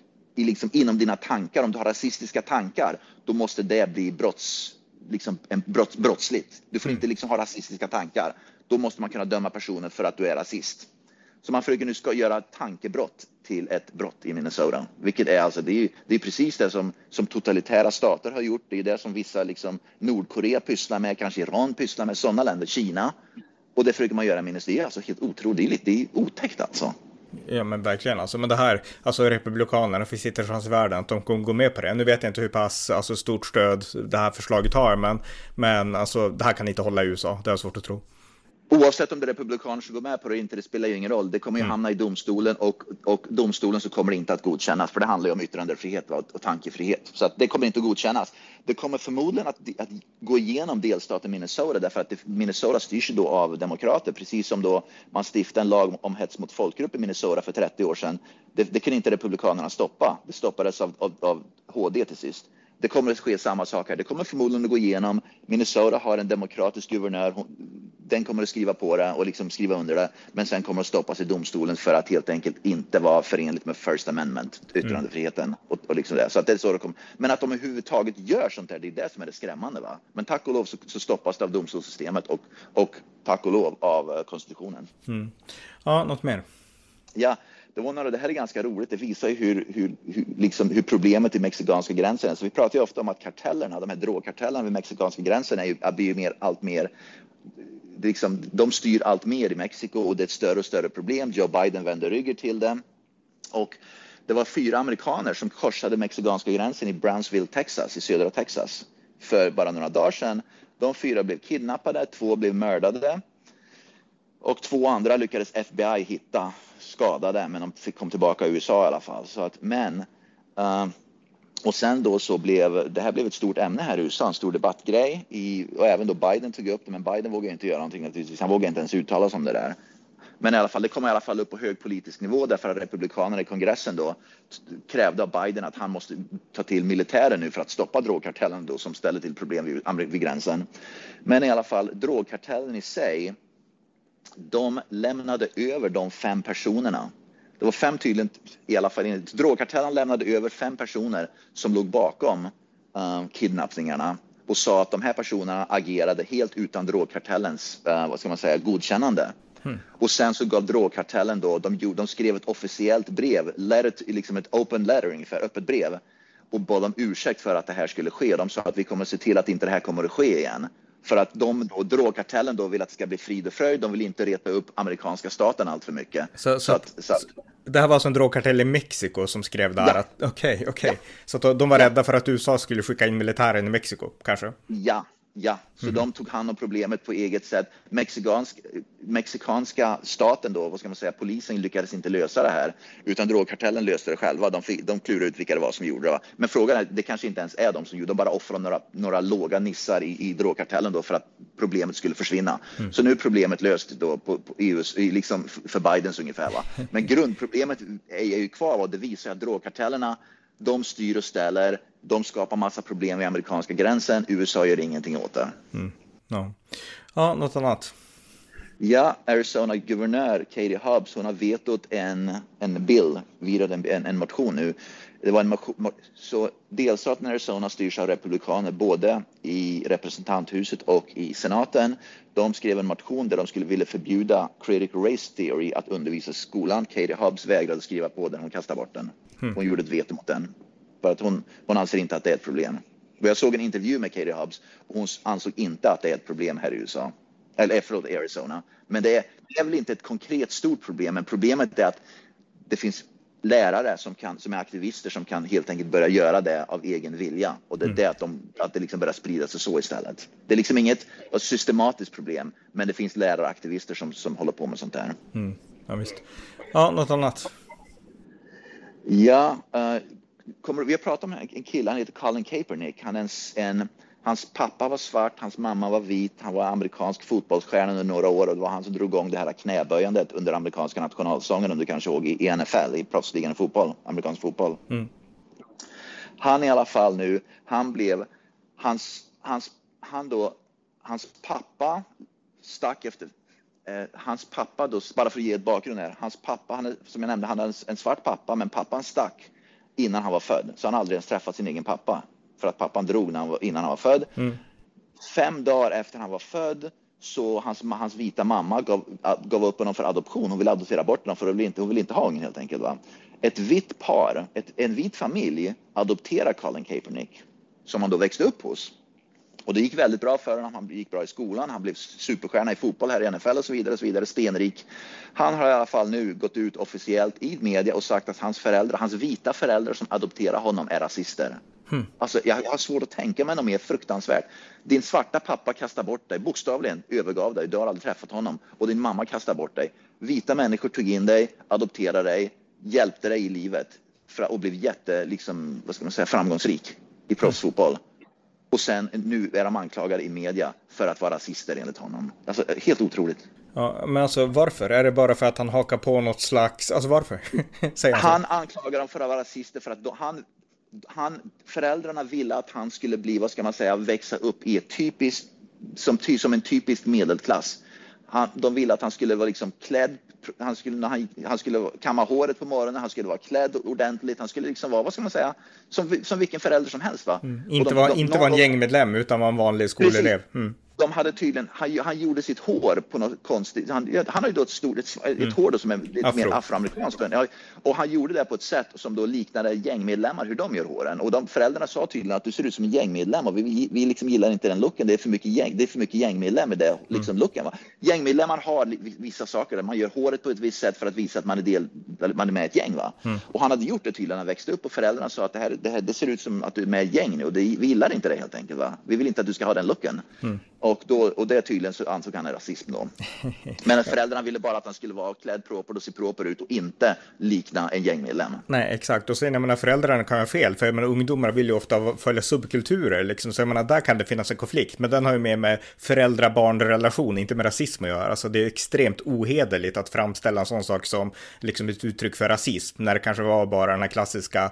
i liksom inom dina tankar, om du har rasistiska tankar, då måste det bli brotts liksom en brott, brottsligt. Du får mm. inte liksom ha rasistiska tankar. Då måste man kunna döma personen för att du är rasist. Så man försöker nu ska göra tankebrott till ett brott i Minnesota. Vilket är alltså, det är, det är precis det som, som totalitära stater har gjort. Det är det som vissa liksom Nordkorea pysslar med, kanske Iran pysslar med, sådana länder, Kina. Och det försöker man göra i Minnesota. Det är alltså helt otroligt. Det är otäckt alltså. Ja, men verkligen alltså. Men det här, alltså republikanerna för sitter från världen, att de kommer gå med på det. Nu vet jag inte hur pass alltså, stort stöd det här förslaget har, men, men alltså, det här kan inte hålla i U S A. Det är svårt att tro. Oavsett om det är republikaner som går med på det inte, det spelar ju ingen roll. Det kommer ju mm. hamna i domstolen, och, och domstolen så kommer det inte att godkännas, för det handlar ju om yttrandefrihet och, och tankefrihet. Så att det kommer inte att godkännas. Det kommer förmodligen att, att gå igenom delstaten Minnesota, därför att det, Minnesota styrs då av demokrater, precis som då man stiftade en lag om hets mot folkgrupp i Minnesota för trettio år sedan. Det, det kan inte republikanerna stoppa. Det stoppades av, av, av H D till sist. Det kommer att ske samma sak här. Det kommer förmodligen att gå igenom. Minnesota har en demokratisk guvernör. Den kommer att skriva på det och liksom skriva under det. Men sen kommer att stoppas i domstolen för att helt enkelt inte vara förenligt med First Amendment, yttrandefriheten. Mm. Och, och liksom det. Så att det är så det kommer. Men att de överhuvudtaget gör sånt där, det är det som är det skrämmande. Va? Men tack och lov så, så stoppas det av domstolssystemet och, och tack och lov av uh, konstitutionen. Mm. Ja, något mer? Ja. Det, var några, det här är ganska roligt. Det visar ju hur, hur, hur, liksom, hur problemet i mexikanska gränsen är. Så vi pratar ju ofta om att kartellerna, de här drogkartellerna vid mexikanska gränsen är ju, blir ju mer, allt mer, liksom, de styr allt mer i Mexiko, och det är ett större och större problem. Joe Biden vänder ryggen till dem. Och det var fyra amerikaner som korsade mexikanska gränsen i Brownsville, Texas, i södra Texas, för bara några dagar sedan. De fyra blev kidnappade, två blev mördade. Och två andra lyckades F B I hitta skadade, men de fick komma tillbaka i U S A i alla fall. Så att, men, uh, och sen då så blev, det här blev ett stort ämne här i U S A, en stor debattgrej. I, och även då Biden tog upp det, men Biden vågade inte göra någonting. Han vågade inte ens uttala sig om det där. Men i alla fall, det kom i alla fall upp på hög politisk nivå därför att republikanerna i kongressen då krävde av Biden att han måste ta till militären nu för att stoppa drogkartellen då, som ställer till problem vid, vid gränsen. Men i alla fall, drogkartellen i sig, de lämnade över de fem personerna. Det var fem tydligen, i alla fall, drogkartellen lämnade över fem personer som låg bakom uh, kidnappningarna och sa att de här personerna agerade helt utan drogkartellens, uh, vad ska man säga, godkännande. Mm. Och sen så gav drogkartellen då, de, de skrev ett officiellt brev, letter, liksom ett open letter ungefär, öppet brev, och bad om ursäkt för att det här skulle ske. De sa att vi kommer se till att inte det här kommer att ske igen. För att de och drogkartellen då vill att det ska bli frid och fröjd. De vill inte reta upp amerikanska staten allt för mycket. Så, så, så, att, så att, det här var alltså en drogkartell i Mexiko som skrev där, ja. att okej, okay, okej. Okay. Ja. Så att de var rädda ja. för att U S A skulle skicka in militären i Mexiko, kanske? Ja. Ja, så mm. de tog hand om problemet på eget sätt. Mexikansk, mexikanska staten då, vad ska man säga, polisen lyckades inte lösa det här. Utan drogkartellen löste det själva. De, fick, de klurade ut vilka det var som gjorde det. Men frågan är, det kanske inte ens är de som gjorde. De bara offrade några, några låga nissar i, i drogkartellen då för att problemet skulle försvinna. Mm. Så nu är problemet löst då på, på E U, liksom för Bidens ungefär. Va? Men grundproblemet är ju kvar och det visar att drogkartellerna, de styr och ställer, de skapar massa problem vid amerikanska gränsen. U S A gör ingenting åt det. Mm. No. Ja, något annat. Ja, Arizona-guvernör Katie Hobbs, hon har vetot en, en bill, vidare en, en, en motion nu. Det var en motion, så delstaten Arizona styrs av republikaner både i representanthuset och i senaten. De skrev en motion där de skulle vilja förbjuda critical race theory att undervisa i skolan. Katie Hobbs vägrade skriva på den, hon kastade bort den. Hon mm. gjorde ett veto mot den. För att hon, hon anser inte att det är ett problem. Och jag såg en intervju med Katie Hobbs och hon ansåg inte att det är ett problem här i U S A. Eller förlåt, Arizona. Men det är, det är väl inte ett konkret stort problem. Men problemet är att det finns lärare som, kan, som är aktivister som kan helt enkelt börja göra det av egen vilja. Och det är mm. det att, de, att det liksom börjar sprida sig så istället. Det är liksom inget systematiskt problem. Men det finns lärare och aktivister som, som håller på med sånt där. Mm. Ja, visst. Ja, något annat. Ja, uh, kommer, vi har pratat om en kille, han heter Colin Kaepernick. Han är en, en, hans pappa var svart, hans mamma var vit. Han var amerikansk fotbollsstjärna under några år och det var han som drog igång det här knäböjandet under amerikanska nationalsången, om du kanske ihåg, i N F L, i proffsligan i fotboll, amerikansk fotboll. Mm. Han i alla fall nu, han blev, hans, hans, han då, hans pappa stack efter, eh, hans pappa då, bara för att ge ett bakgrund här, hans pappa, han är, som jag nämnde, han hade en, en svart pappa, men pappan stack innan han var född. Så han aldrig ens träffat sin egen pappa. För att pappan drog när han var, innan han var född. Mm. Fem dagar efter han var född så hans, hans vita mamma gav, gav upp honom för adoption. Hon ville adoptera bort honom för hon ville inte, hon ville inte ha honom helt enkelt. Va? Ett vitt par, ett, en vit familj adopterar Colin Kaepernick som han då växte upp hos. Och det gick väldigt bra för honom. Han gick bra i skolan. Han blev superstjärna i fotboll här i N F L och så vidare. Och så vidare. Stenrik. Han har i alla fall nu gått ut officiellt i media och sagt att hans föräldrar, hans vita föräldrar som adopterar honom är rasister. Hmm. Alltså, jag har svårt att tänka mig något mer fruktansvärt. Din svarta pappa kastar bort dig, bokstavligen övergav dig. Du har aldrig träffat honom. Och din mamma kastar bort dig. Vita människor tog in dig, adopterade dig, hjälpte dig i livet och blev jätte, liksom, vad ska man säga, framgångsrik i proffsfotboll. Och sen nu är de anklagade i media för att vara rasister enligt honom. Alltså helt otroligt. Ja, men alltså varför? Är det bara för att han hakar på något slags... Alltså varför? Säger han, han anklagar dem för att vara rasister för att då, han, han, föräldrarna ville att han skulle bli, vad ska man säga, växa upp i ett typiskt, som, ty, som en typisk medelklass. Han, de ville att han skulle vara liksom klädd, han skulle, han, han skulle kamma håret på morgonen, han skulle vara klädd ordentligt, han skulle liksom vara, vad ska man säga, som, som vilken förälder som helst. Va? Mm. Inte, de, var, de, inte de, var en gängmedlem utan var en vanlig skolelev. Mm. De hade tydligen, han, han gjorde sitt hår på något konstigt, han, han har ju då ett stort, ett, ett mm. hår då som är lite Afro. mer afroamerikanskt. Ja, och han gjorde det på ett sätt som då liknade gängmedlemmar, hur de gör håren. Och de föräldrarna sa tydligen att du ser ut som en gängmedlem och vi, vi, vi liksom gillar inte den looken, det är för mycket, gäng, det är för mycket gängmedlem i det liksom mm. looken. Va? Gängmedlemmar har vissa saker, man gör håret på ett visst sätt för att visa att man är, del, man är med i ett gäng. Va? Mm. Och han hade gjort det tydligen när han växte upp och föräldrarna sa att det, här, det, här, det ser ut som att du är med i ett gäng nu och det, vi gillar inte det helt enkelt. Va? Vi vill inte att du ska ha den looken. Mm. Och, då, och det tydligen så ansåg han är rasism då. Men att föräldrarna ville bara att han skulle vara klädd proper och se proper ut och inte likna en gängmedlem. Nej, exakt. Och sen jag menar, föräldrarna kan ha fel. För jag menar, ungdomar vill ju ofta följa subkulturer. Liksom. Så jag menar, där kan det finnas en konflikt. Men den har ju mer med föräldrar-barn-relation, inte med rasism att göra. Alltså, det är extremt ohederligt att framställa en sån sak som liksom ett uttryck för rasism. När det kanske var bara den här klassiska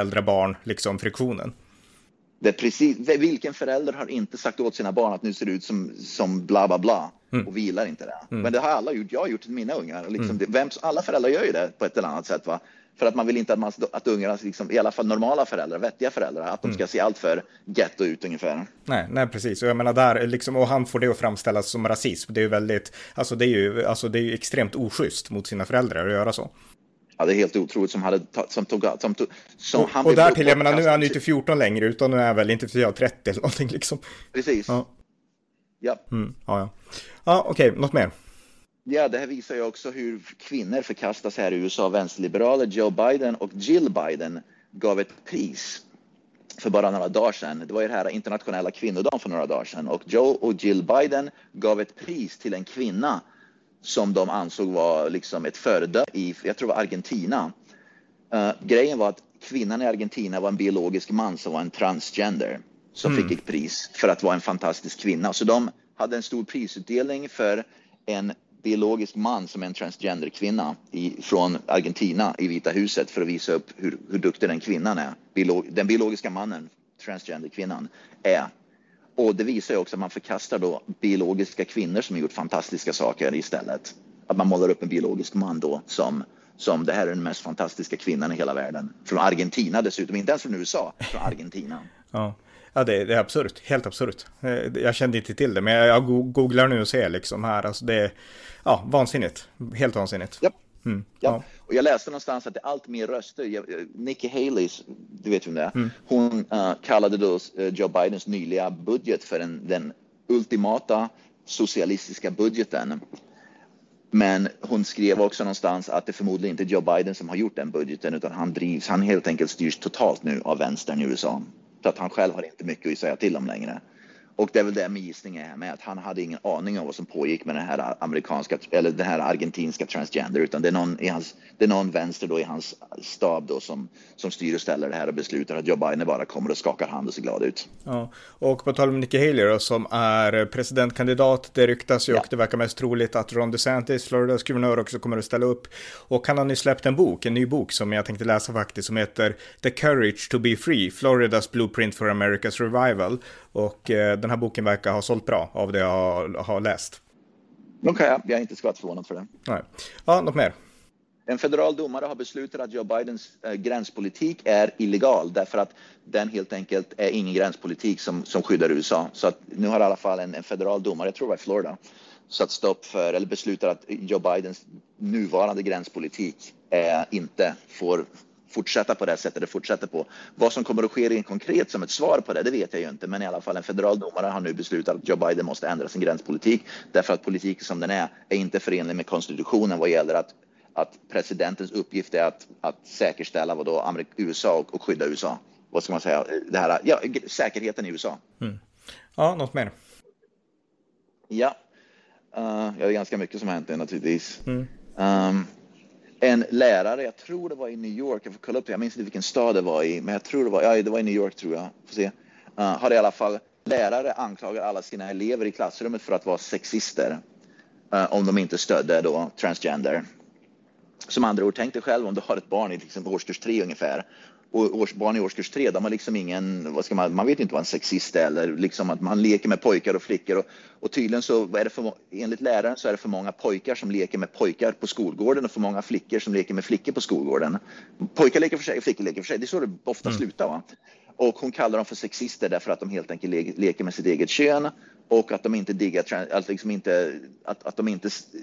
föräldrar-barn-friktionen. Det är precis, vilken förälder har inte sagt åt sina barn att nu ser det ut som, som bla bla bla mm. och vilar inte det. Mm. Men det har alla gjort, jag har gjort det med mina ungar. Liksom, mm. det, vem, alla föräldrar gör ju det på ett eller annat sätt, va? För att man vill inte att, man, att ungarna, liksom, i alla fall normala föräldrar, vettiga föräldrar, att de ska mm. se allt för ghetto ut ungefär. Nej, nej precis. Och jag menar där, liksom, och han får det att framställas som rasism. Det är ju väldigt, alltså det är ju, alltså det är ju extremt oschysst mot sina föräldrar att göra så. Ja, det är helt otroligt som hade som tog som tog som och, han och där till jag menar nu är han inte fjorton längre utan nu är han väl inte för trettio eller någonting liksom. Precis. Ja. Ja. Mm, ja, ja. Ja, okej, okay, något mer. Ja, det här visar ju också hur kvinnor förkastas här i U S A. Vänsterliberaler Joe Biden och Jill Biden gav ett pris för bara några dagar sedan. Det var ju det här internationella kvinnodagen för några dagar sedan och Joe och Jill Biden gav ett pris till en kvinna som de ansåg var liksom ett föredöme i, jag tror det var Argentina. Uh, grejen var att kvinnan i Argentina var en biologisk man som var en transgender som mm. fick ett pris för att vara en fantastisk kvinna. Så de hade en stor prisutdelning för en biologisk man som är en transgender kvinna i, från Argentina i Vita huset för att visa upp hur, hur duktig den kvinnan är. Biolog, den biologiska mannen, transgender kvinnan, är. Och det visar ju också att man förkastar då biologiska kvinnor som har gjort fantastiska saker istället. Att man målar upp en biologisk man då som, som det här är den mest fantastiska kvinnan i hela världen. Från Argentina dessutom, inte ens från U S A, från Argentina. Ja, ja det, det är absurt, helt absurt. Jag kände inte till det, men jag googlar nu och ser liksom här. Alltså det är ja, vansinnigt, helt vansinnigt. Japp. Mm, ja. ja. Och jag läste någonstans att det är allt mer röster. Nikki Haley, du vet vem det är. Mm. Hon uh, kallade då Joe Bidens nyliga budget för en, den ultimata socialistiska budgeten. Men hon skrev också någonstans att det förmodligen inte är Joe Biden som har gjort den budgeten utan han drivs, han helt enkelt styrs totalt nu av vänstern i U S A. Så att han själv har inte mycket att säga till om längre. Och det är väl det min gissning är med att han hade ingen aning om vad som pågick med den här amerikanska eller den här argentinska transgender utan det är någon i hans det är någon vänster då i hans stab då som som styr och ställer det här och beslutar att Joe Biden bara kommer och skakar hand och ser glad ut. Ja, och på tal om Nikki Haley då, som är presidentkandidat, det ryktas ju ja. och det verkar mest troligt att Ron DeSantis, Floridas guvernör, också kommer att ställa upp. Och han har nu släppt en bok, en ny bok som jag tänkte läsa faktiskt, som heter The Courage to be Free, Floridas Blueprint for America's Revival. Och eh, den här boken verkar ha sålt bra av det jag har, har läst. Okej, okay, jag är inte skvatt förvånad för det. Nej. Ja, något mer. En federal domare har beslutat att Joe Bidens äh, gränspolitik är illegal därför att den helt enkelt är ingen gränspolitik som, som skyddar U S A. Så att nu har i alla fall en, en federal domare, jag tror det var i Florida, satt stopp för eller beslutar att Joe Bidens nuvarande gränspolitik äh, inte får fortsätta på det sättet det fortsätter på. Vad som kommer att ske rent konkret som ett svar på det, det vet jag ju inte. Men i alla fall en federal domare har nu beslutat att Joe Biden måste ändra sin gränspolitik därför att politiken som den är är inte förenlig med konstitutionen vad gäller att att presidentens uppgift är att, att säkerställa vad då Amerik- U S A och, och skydda U S A. Vad ska man säga? Det här, ja, säkerheten i U S A. Mm. Ja, något mer? Ja, uh, ja, det är ganska mycket som har hänt naturligtvis. Mm. Um, en lärare, jag tror det var i New York, jag får kolla upp det, jag minns inte vilken stad det var i, men jag tror det var, ja, det var i New York tror jag, får se. Uh, har i alla fall, lärare anklagar alla sina elever i klassrummet för att vara sexister. Uh, om de inte stödde då transgender. Som andra ord, tänk dig själv om du har ett barn i liksom årskurs tre ungefär. Och års, barn i årskurs tre, de har liksom ingen, vad ska man, man vet inte vad en sexist är. Eller liksom att man leker med pojkar och flickor. Och, och tydligen så är det för, enligt läraren så är det för många pojkar som leker med pojkar på skolgården. Och för många flickor som leker med flickor på skolgården. Pojkar leker för sig och flickor leker för sig. Det är så det ofta mm. slutar, va? Och hon kallar dem för sexister därför att de helt enkelt le- leker med sitt eget kön. Och att de inte diggar, att, liksom inte, att, att de inte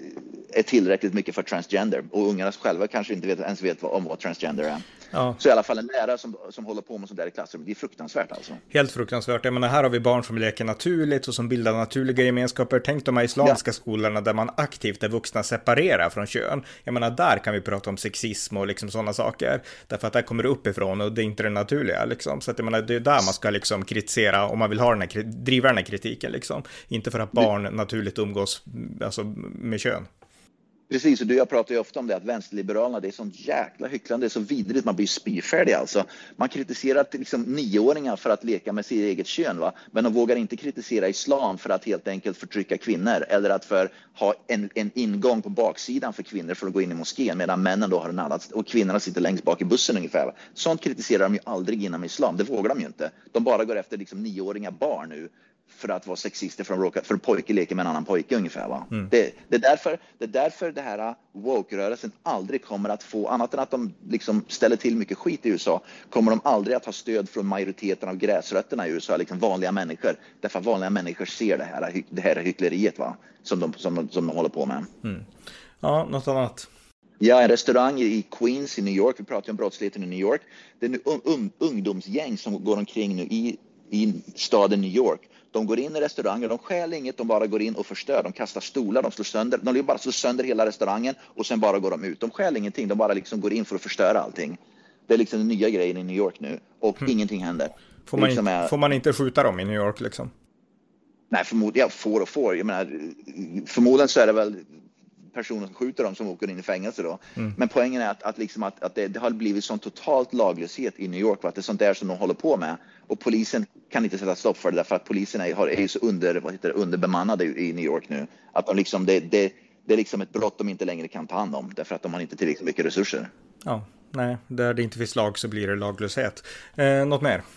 är tillräckligt mycket för transgender. Och ungarna själva kanske inte vet, ens vet vad, om vad transgender är. Ja. Så i alla fall en lärare som, som håller på med sånt där i klassrummet, det är fruktansvärt alltså. Helt fruktansvärt. Jag menar, här har vi barn som leker naturligt och som bildar naturliga gemenskaper. Tänk de här islamska ja. skolorna där man aktivt är vuxna separerar från kön. Jag menar, där kan vi prata om sexism och liksom sådana saker. Därför att där kommer det uppifrån och det är inte det naturliga liksom. Så att jag menar, det är där man ska liksom kritisera om man vill ha den här, driva den här kritiken liksom. Inte för att barn det... naturligt umgås alltså, med kön. Precis, och du jag pratar ju ofta om det att vänsterliberalerna, det är sånt jäkla hycklande, det är så vidrigt, man blir spyfärdig alltså. Man kritiserar liksom nioåringar för att leka med sitt eget kön, va? Men de vågar inte kritisera islam för att helt enkelt förtrycka kvinnor eller att för ha en, en ingång på baksidan för kvinnor för att gå in i moskén medan männen då har en annan och kvinnorna sitter längst bak i bussen ungefär. Sånt kritiserar de ju aldrig inom islam, det vågar de ju inte. De bara går efter liksom nioåringar barn nu. För att vara sexister för att råka, för pojke leker med en annan pojke ungefär, va? Mm. Det, det, är därför, det är därför det här woke-rörelsen aldrig kommer att få, annat än att de liksom ställer till mycket skit i U S A, kommer de aldrig att ha stöd från majoriteten av gräsrötterna i U S A, liksom vanliga människor. Därför att vanliga människor ser det här, det här hyckleriet, va? Som de, som de, som de håller på med. Mm. Ja, något annat. Ja, en restaurang i Queens i New York, vi pratar om brottsligheten i New York. Det är nu un, un, ungdomsgäng som går omkring nu i, i staden New York. De går in i restauranger, de stjäl inget, de bara går in och förstör. De kastar stolar, de slår sönder, de bara slår sönder hela restaurangen och sen bara går de ut. De stjäl ingenting, de bara liksom går in för att förstöra allting. Det är liksom den nya grejen i New York nu och mm. ingenting händer. Får man, liksom inte, är... får man inte skjuta dem i New York liksom? Nej, förmodligen, ja, får och får. Jag menar, förmodligen så är det väl personer som skjuter dem som åker in i fängelse då. Mm. Men poängen är att, att, liksom att, att det, det har blivit sån totalt laglöshet i New York, att det är sånt där som de håller på med. Och polisen kan inte sätta stopp för det därför att polisen är, har, är ju så under, vad heter det, underbemannade i New York nu. Att de liksom, det, det, det är liksom ett brott de inte längre kan ta hand om därför att de har inte tillräckligt mycket resurser. Ja, nej, där det inte finns lag så blir det laglöshet. Eh, något mer?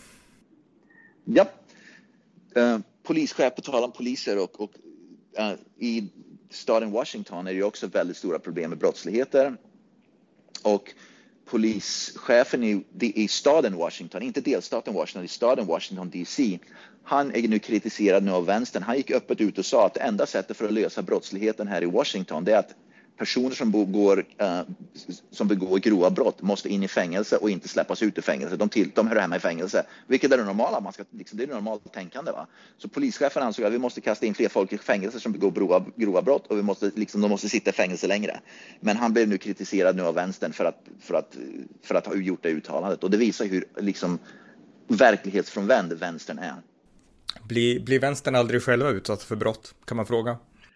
Ja. Eh, polischef på tal om poliser och, och uh, i staden Washington är det ju också väldigt stora problem med brottsligheter. Och polischefen i, i staden Washington, inte delstaten Washington, i staden Washington D C, han är nu kritiserad nu av vänstern. Han gick öppet ut och sa att det enda sättet för att lösa brottsligheten här i Washington, det är att personer som begår, uh, som begår grova brott måste in i fängelse och inte släppas ut ur fängelse. De, till, de hör hemma i fängelse, vilket är det normala. Man ska, liksom, det är det normalt tänkande, va? Så polischefen ansåg att vi måste kasta in fler folk i fängelse som begår grova, grova brott och vi måste, liksom, de måste sitta i fängelse längre. Men han blev nu kritiserad nu av vänstern för att, för att, för att ha gjort det uttalandet. Och det visar hur liksom, verklighetsfrånvänd vänstern är. Blir, blir vänstern aldrig själva utsatt för brott, kan man fråga?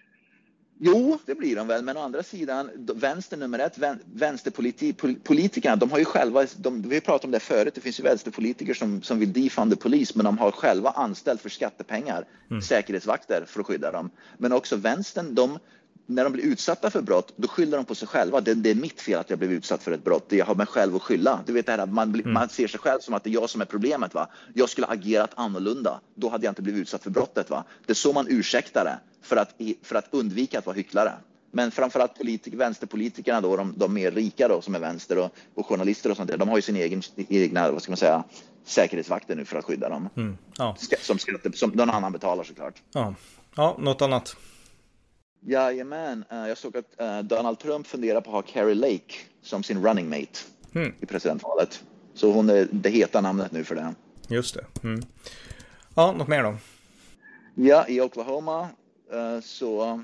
Jo, det blir de väl, men å andra sidan, vänster nummer ett, vänsterpolitikerna, de har ju själva, de, vi har pratat om det förut, det finns ju vänsterpolitiker som, som vill defund the police, men de har själva anställt för skattepengar, mm. säkerhetsvakter för att skydda dem. Men också vänstern, de, när de blir utsatta för brott, då skyller de på sig själva. Det, det är mitt fel att jag blev utsatt för ett brott. Jag har mig själv att skylla. Du vet det här, man, mm. man ser sig själv som att det är jag som är problemet, va? Jag skulle ha agerat annorlunda. Då hade jag inte blivit utsatt för brottet, va? Det är så man ursäktar det för att, för att undvika att vara hycklare. Men framförallt politik, vänsterpolitikerna då, de, de mer rika då, som är vänster och, och journalister och sånt där, de har ju sin egen, egna, vad ska man säga, säkerhetsvakter nu för att skydda dem. Mm. Ja. Som, som, som någon annan betalar såklart. Ja, ja, något annat. Jajamän, jag såg att Donald Trump funderar på att ha Carrie Lake som sin running mate mm. i presidentvalet. Så hon är det heta namnet nu för det. Just det. Mm. Ja, något mer då? Ja, i Oklahoma så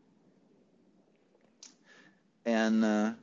en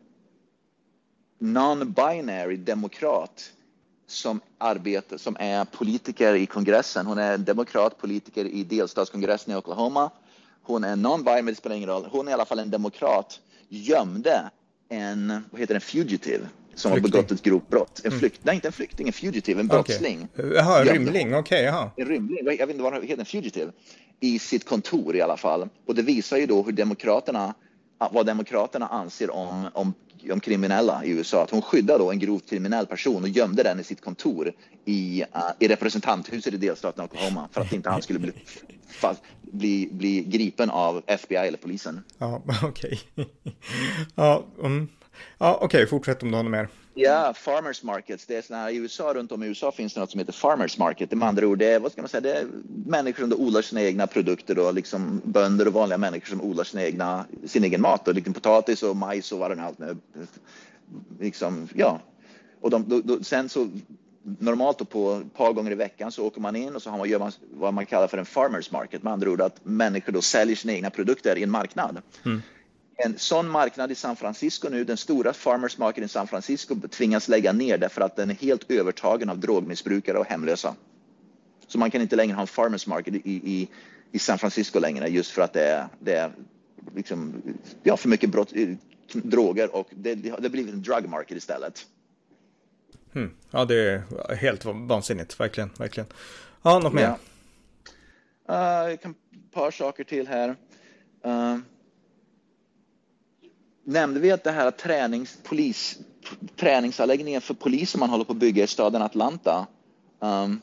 non-binary demokrat som arbetar, som är politiker i kongressen. Hon är demokrat, politiker i delstatskongressen i Oklahoma. Hon är non-binary, men det spelar ingen roll. Hon är i alla fall en demokrat. Gömde en, vad heter det, en fugitive som flykting. Har begått ett grovt brott. En flykt, mm. Nej, inte en flykting, en fugitive, en brottsling. Okay. Jaha, en rymling, okej, okay, jaha. En rymling, jag vet inte vad det heter, en fugitive. I sitt kontor i alla fall. Och det visar ju då hur demokraterna, vad demokraterna anser om, om, om kriminella i U S A. Att hon skyddar då en grovt kriminell person och gömde den i sitt kontor i, uh, i representanthuset i delstaten Oklahoma för att inte han skulle bli, fast, bli, bli gripen av F B I eller polisen. Ja, okej. Okay. ja, um, ja okej, okay, fortsätt om du har något mer. Ja, farmers markets. Det är såna här, i U S A, runt om i U S A finns det något som heter farmers market. Det med andra ord, det är, vad ska man säga, det är människor som då odlar sina egna produkter då, liksom bönder och vanliga människor som odlar sina egna, sin egen mat och liksom potatis och majs och vad det är allt med. Liksom, ja. Och de, då, då, sen så normalt då på ett par gånger i veckan så åker man in och så har man, gör man vad man kallar för en farmers market. Med andra ord att människor då säljer sina egna produkter i en marknad. Mm. En sån marknad i San Francisco nu, den stora farmers market i San Francisco tvingas lägga ner därför att den är helt övertagen av drogmissbrukare och hemlösa. Så man kan inte längre ha en farmers market i, i, i San Francisco längre just för att det är, det är liksom, ja, för mycket brott, droger och det, det har blivit en drug market istället. Hmm. Ja, det är helt vansinnigt, verkligen, verkligen. Ja, något mer? Ja. Uh, jag kan ett par saker till här. Uh, nämnde vi att det här tränings, polis, träningsanläggningen för polis som man håller på att bygga i staden Atlanta um,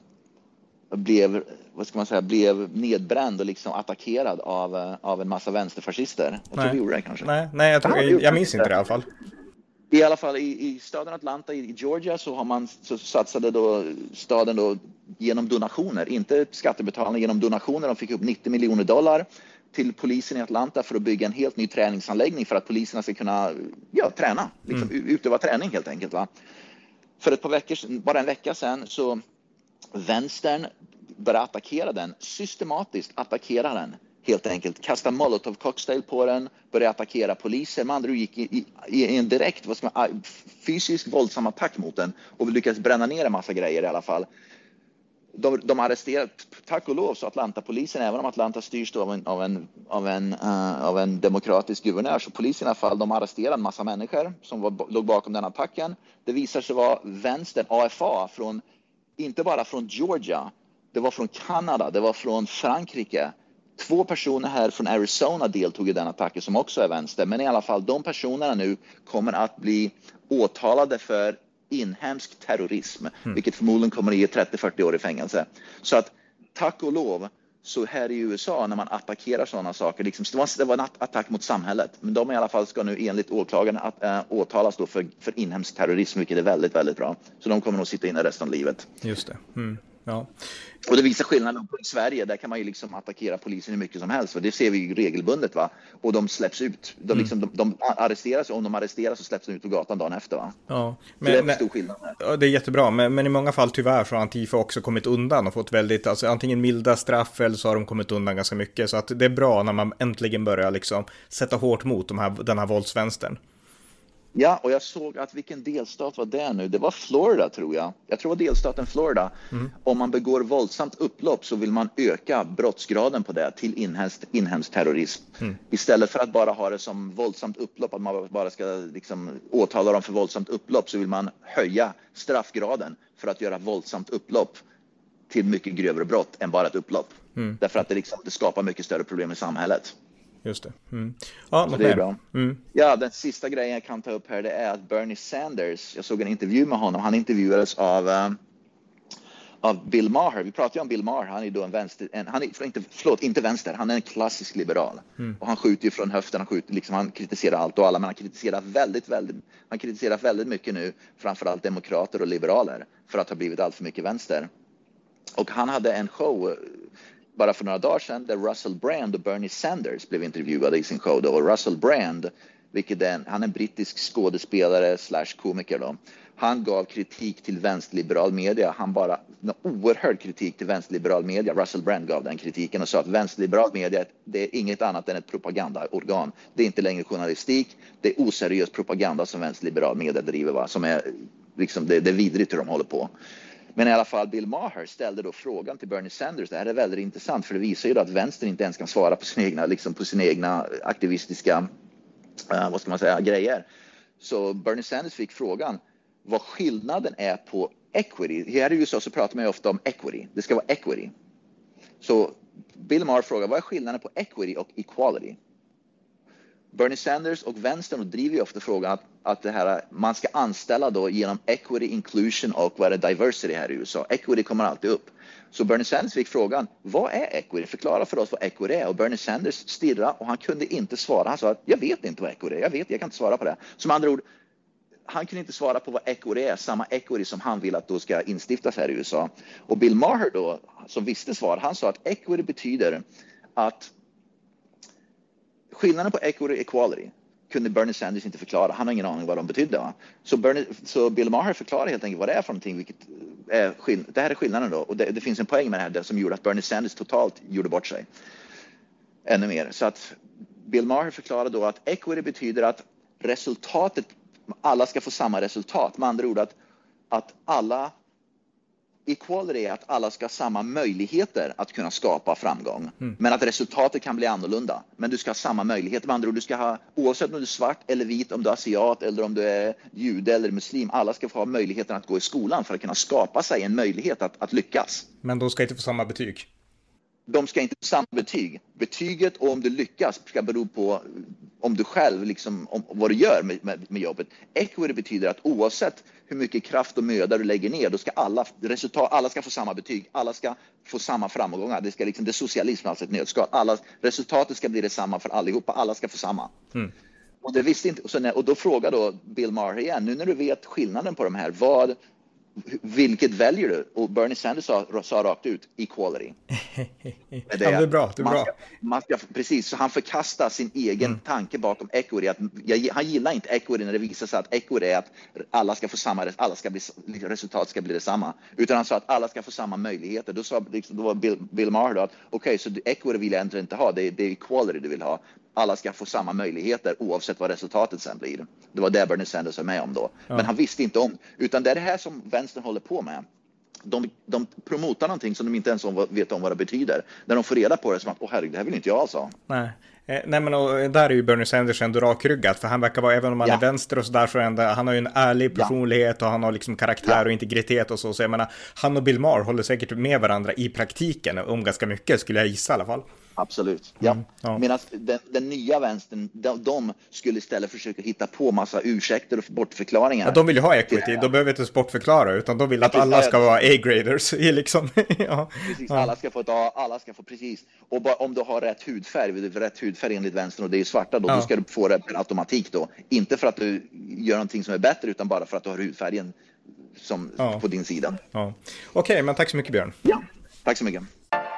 blev, vad ska man säga, blev nedbränd och liksom attackerad av, av en massa vänsterfascister. Jag tror vi gjorde det kanske. Nej, nej jag, tror, ja, jag, jag minns inte det i alla fall. I alla fall i, i staden Atlanta i Georgia så har man så satsade då staden då genom donationer, inte skattebetalarna, genom donationer. De fick upp nittio miljoner dollar till polisen i Atlanta för att bygga en helt ny träningsanläggning för att poliserna ska kunna ja, träna, liksom mm. utöva träning helt enkelt. Va? För ett par veckor, bara en vecka sedan så vänstern började attackera den, systematiskt attackera den. Helt enkelt kasta molotov cocktail på den, började attackera poliser. Man andra gick i, i, i en direkt vad ska man, fysisk våldsam attack mot den och lyckades bränna ner en massa grejer i alla fall. De, de arresterade, tack och lov, så Atlanta-polisen, även om Atlanta styrs av en, av en, av en, uh, av en demokratisk guvernör, så polisen i alla fall, de arresterade en massa människor som var, låg bakom den attacken. Det visar sig vara vänstern, A F A, från, inte bara från Georgia, det var från Kanada, det var från Frankrike. Två personer här från Arizona deltog i den attacken som också är vänster. Men i alla fall, de personerna nu kommer att bli åtalade för inhemsk terrorism. Mm. Vilket förmodligen kommer att ge trettio till fyrtio år i fängelse. Så att tack och lov, så här i U S A när man attackerar sådana saker, liksom, det, var, det var en attack mot samhället. Men de i alla fall ska nu enligt åklagaren att, äh, åtalas då för, för inhemsk terrorism, vilket är väldigt, väldigt bra. Så de kommer nog sitta inne resten av livet. Just det. Mm. Ja. Och det visar skillnaden på i Sverige, där kan man ju liksom attackera polisen hur mycket som helst, för det ser vi ju regelbundet, va? Och de släpps ut, de, liksom, mm. de, de arresteras, och om de arresteras så släpps de ut på gatan dagen efter, va? Ja, men, så det är en stor skillnad. Ja, det är jättebra, men, men i många fall tyvärr så har Antifa också kommit undan och fått väldigt, alltså antingen milda straff eller så har de kommit undan ganska mycket, så att det är bra när man äntligen börjar liksom sätta hårt mot de här, den här våldsvänstern. Ja, och jag såg att vilken delstat var det nu? Det var Florida, tror jag. Jag tror det var delstaten Florida. Mm. Om man begår våldsamt upplopp så vill man öka brottsgraden på det till inhemsk, inhemsk terrorism. Mm. Istället för att bara ha det som våldsamt upplopp, att man bara ska liksom åtala dem för våldsamt upplopp, så vill man höja straffgraden för att göra våldsamt upplopp till mycket grövre brott än bara ett upplopp. Mm. Därför att det, liksom, det skapar mycket större problem i samhället. Just det. Mm. Ja, så det är bra. Mm. Ja, den sista grejen jag kan ta upp här, det är att Bernie Sanders, jag såg en intervju med honom, han intervjuades av, uh, av Bill Maher. Vi pratar ju om Bill Maher, han är då en vänster, en, han är, inte, förlåt, inte vänster, han är en klassisk liberal. Mm. Och han skjuter ju från höften, han skjuter, liksom, han kritiserar allt och alla, men han kritiserar väldigt, väldigt, han kritiserar väldigt mycket nu, framförallt demokrater och liberaler, för att ha blivit allt för mycket vänster. Och han hade en show bara för några dagar sedan där Russell Brand och Bernie Sanders blev intervjuade i sin show då. Och Russell Brand, vilket är en, han är en brittisk skådespelare slash komiker då. Han gav kritik till vänsterliberal media. Han bara, en oerhörd kritik till vänsterliberal media. Russell Brand gav den kritiken och sa att vänsterliberal media, det är inget annat än ett propagandaorgan. Det är inte längre journalistik. Det är oseriös propaganda som vänsterliberal media driver, va? Som är liksom, det, det är vidrigt hur de håller på. Men i alla fall Bill Maher ställde då frågan till Bernie Sanders. Det här är väldigt intressant, för det visar ju att vänstern inte ens kan svara på sina egna, liksom på sina egna aktivistiska uh, vad ska man säga, grejer. Så Bernie Sanders fick frågan vad skillnaden är på equity. Här i U S A så pratar man ju ofta om equity. Det ska vara equity. Så Bill Maher frågar vad är skillnaden på equity och equality? Bernie Sanders och vänstern driver ju ofta frågan att, att det här, man ska anställa då genom equity, inclusion och vad är diversity här i U S A. Equity kommer alltid upp. Så Bernie Sanders fick frågan, vad är equity? Förklara för oss vad equity är. Och Bernie Sanders stirrade och han kunde inte svara. Han sa att jag vet inte vad equity är. Jag vet, jag kan inte svara på det. Som andra ord, han kunde inte svara på vad equity är, samma equity som han vill att då ska instiftas här i U S A. Och Bill Maher då, som visste svar, han sa att equity betyder att skillnaden på equity och equality kunde Bernie Sanders inte förklara. Han har ingen aning vad de betydde. Va? Så, Bernie, så Bill Maher förklarar helt enkelt vad det är för någonting. Vilket är skill- det här är skillnaden då. Och det, det finns en poäng med det här det som gjorde att Bernie Sanders totalt gjorde bort sig. Ännu mer. Så att Bill Maher förklarar då att equity betyder att resultatet, alla ska få samma resultat. Med andra ord att, att alla, equality är att alla ska ha samma möjligheter att kunna skapa framgång. Mm. Men att resultatet kan bli annorlunda. Men du ska ha samma möjligheter. Med andra ord, du ska ha, oavsett om du är svart eller vit, om du är asiat eller om du är jude eller muslim, alla ska få ha möjligheten att gå i skolan för att kunna skapa sig en möjlighet att, att lyckas. Men de ska inte få samma betyg? De ska inte få samma betyg. Betyget och om du lyckas ska bero på om du själv, liksom, om vad du gör med, med, med jobbet. Equity betyder att oavsett hur mycket kraft och möda du lägger ner, då ska alla, resultat, alla ska få samma betyg. Alla ska få samma framgångar. Det, ska liksom, det är socialism, alltså ett nödskal. Alla, resultatet ska bli detsamma för allihopa. Alla ska få samma. Mm. Och, det visste inte, och, så när, och då frågar då Bill Maher igen, nu när du vet skillnaden på de här, vad... vilket väljer du? Och Bernie Sanders sa, sa rakt ut equality. Det är, ja, det är bra, det är man bra. Ska, man ska, precis, så han förkastar sin egen mm. tanke bakom equity. Att, jag, han gillar inte equity när det visar sig att equity är att alla ska få samma, alla ska bli, resultat ska bli detsamma. Utan han sa att alla ska få samma möjligheter. Då, sa, då var Bill, Bill Maher då att okej, okay, så equity vill jag inte ha, det är, det är equality du vill ha. Alla ska få samma möjligheter oavsett vad resultatet sen blir. Det var det Bernie Sanders var med om då. Ja. Men han visste inte om, utan det är det här som vänstern håller på med. De, de promotar någonting som de inte ens vet om vad det betyder. När de får reda på det som att, åh herregud, det här vill inte jag alltså. Nej. Eh, nej men och, där är ju Bernie Sanders ändå rakryggat, för han verkar vara, även om han ja. är vänster och sådär, så ändå, han har ju en ärlig personlighet ja. och han har liksom karaktär ja. och integritet och så, så jag menar, han och Bill Maher håller säkert med varandra i praktiken om ganska mycket, skulle jag gissa i alla fall. Absolut, ja. Mm, ja. Medan den, den nya vänstern, de, de skulle istället försöka hitta på massa ursäkter och bortförklaringar. Ja, de vill ju ha equity, de behöver inte sportförklara, utan de vill att precis, alla ska vara A-graders. Liksom. ja. Precis, ja. alla ska få ta, alla ska få precis. Och bara, om du har rätt hudfärg, rätt hudfärg enligt vänstern och det är svarta då, ja. då ska du få det per automatik då. Inte för att du gör någonting som är bättre, utan bara för att du har hudfärgen som, ja. på din sida. Ja. Okej, okay, men tack så mycket Björn. Ja, tack så mycket.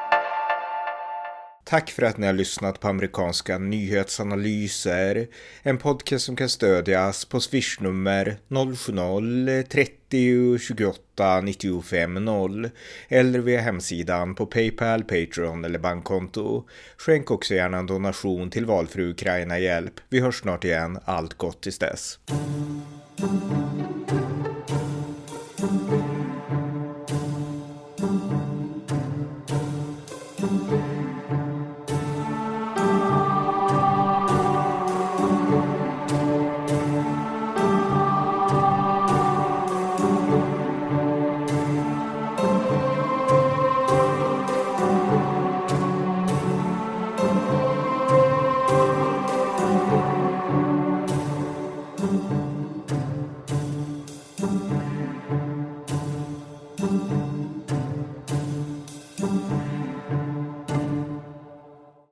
Tack för att ni har lyssnat på amerikanska nyhetsanalyser. En podcast som kan stödjas på swishnummer noll sju noll trettio tjugoåtta nittiofem noll eller via hemsidan på PayPal, Patreon eller bankkonto. Skänk också gärna en donation till valfri Ukraina-hjälp. Vi hörs snart igen. Allt gott tills dess.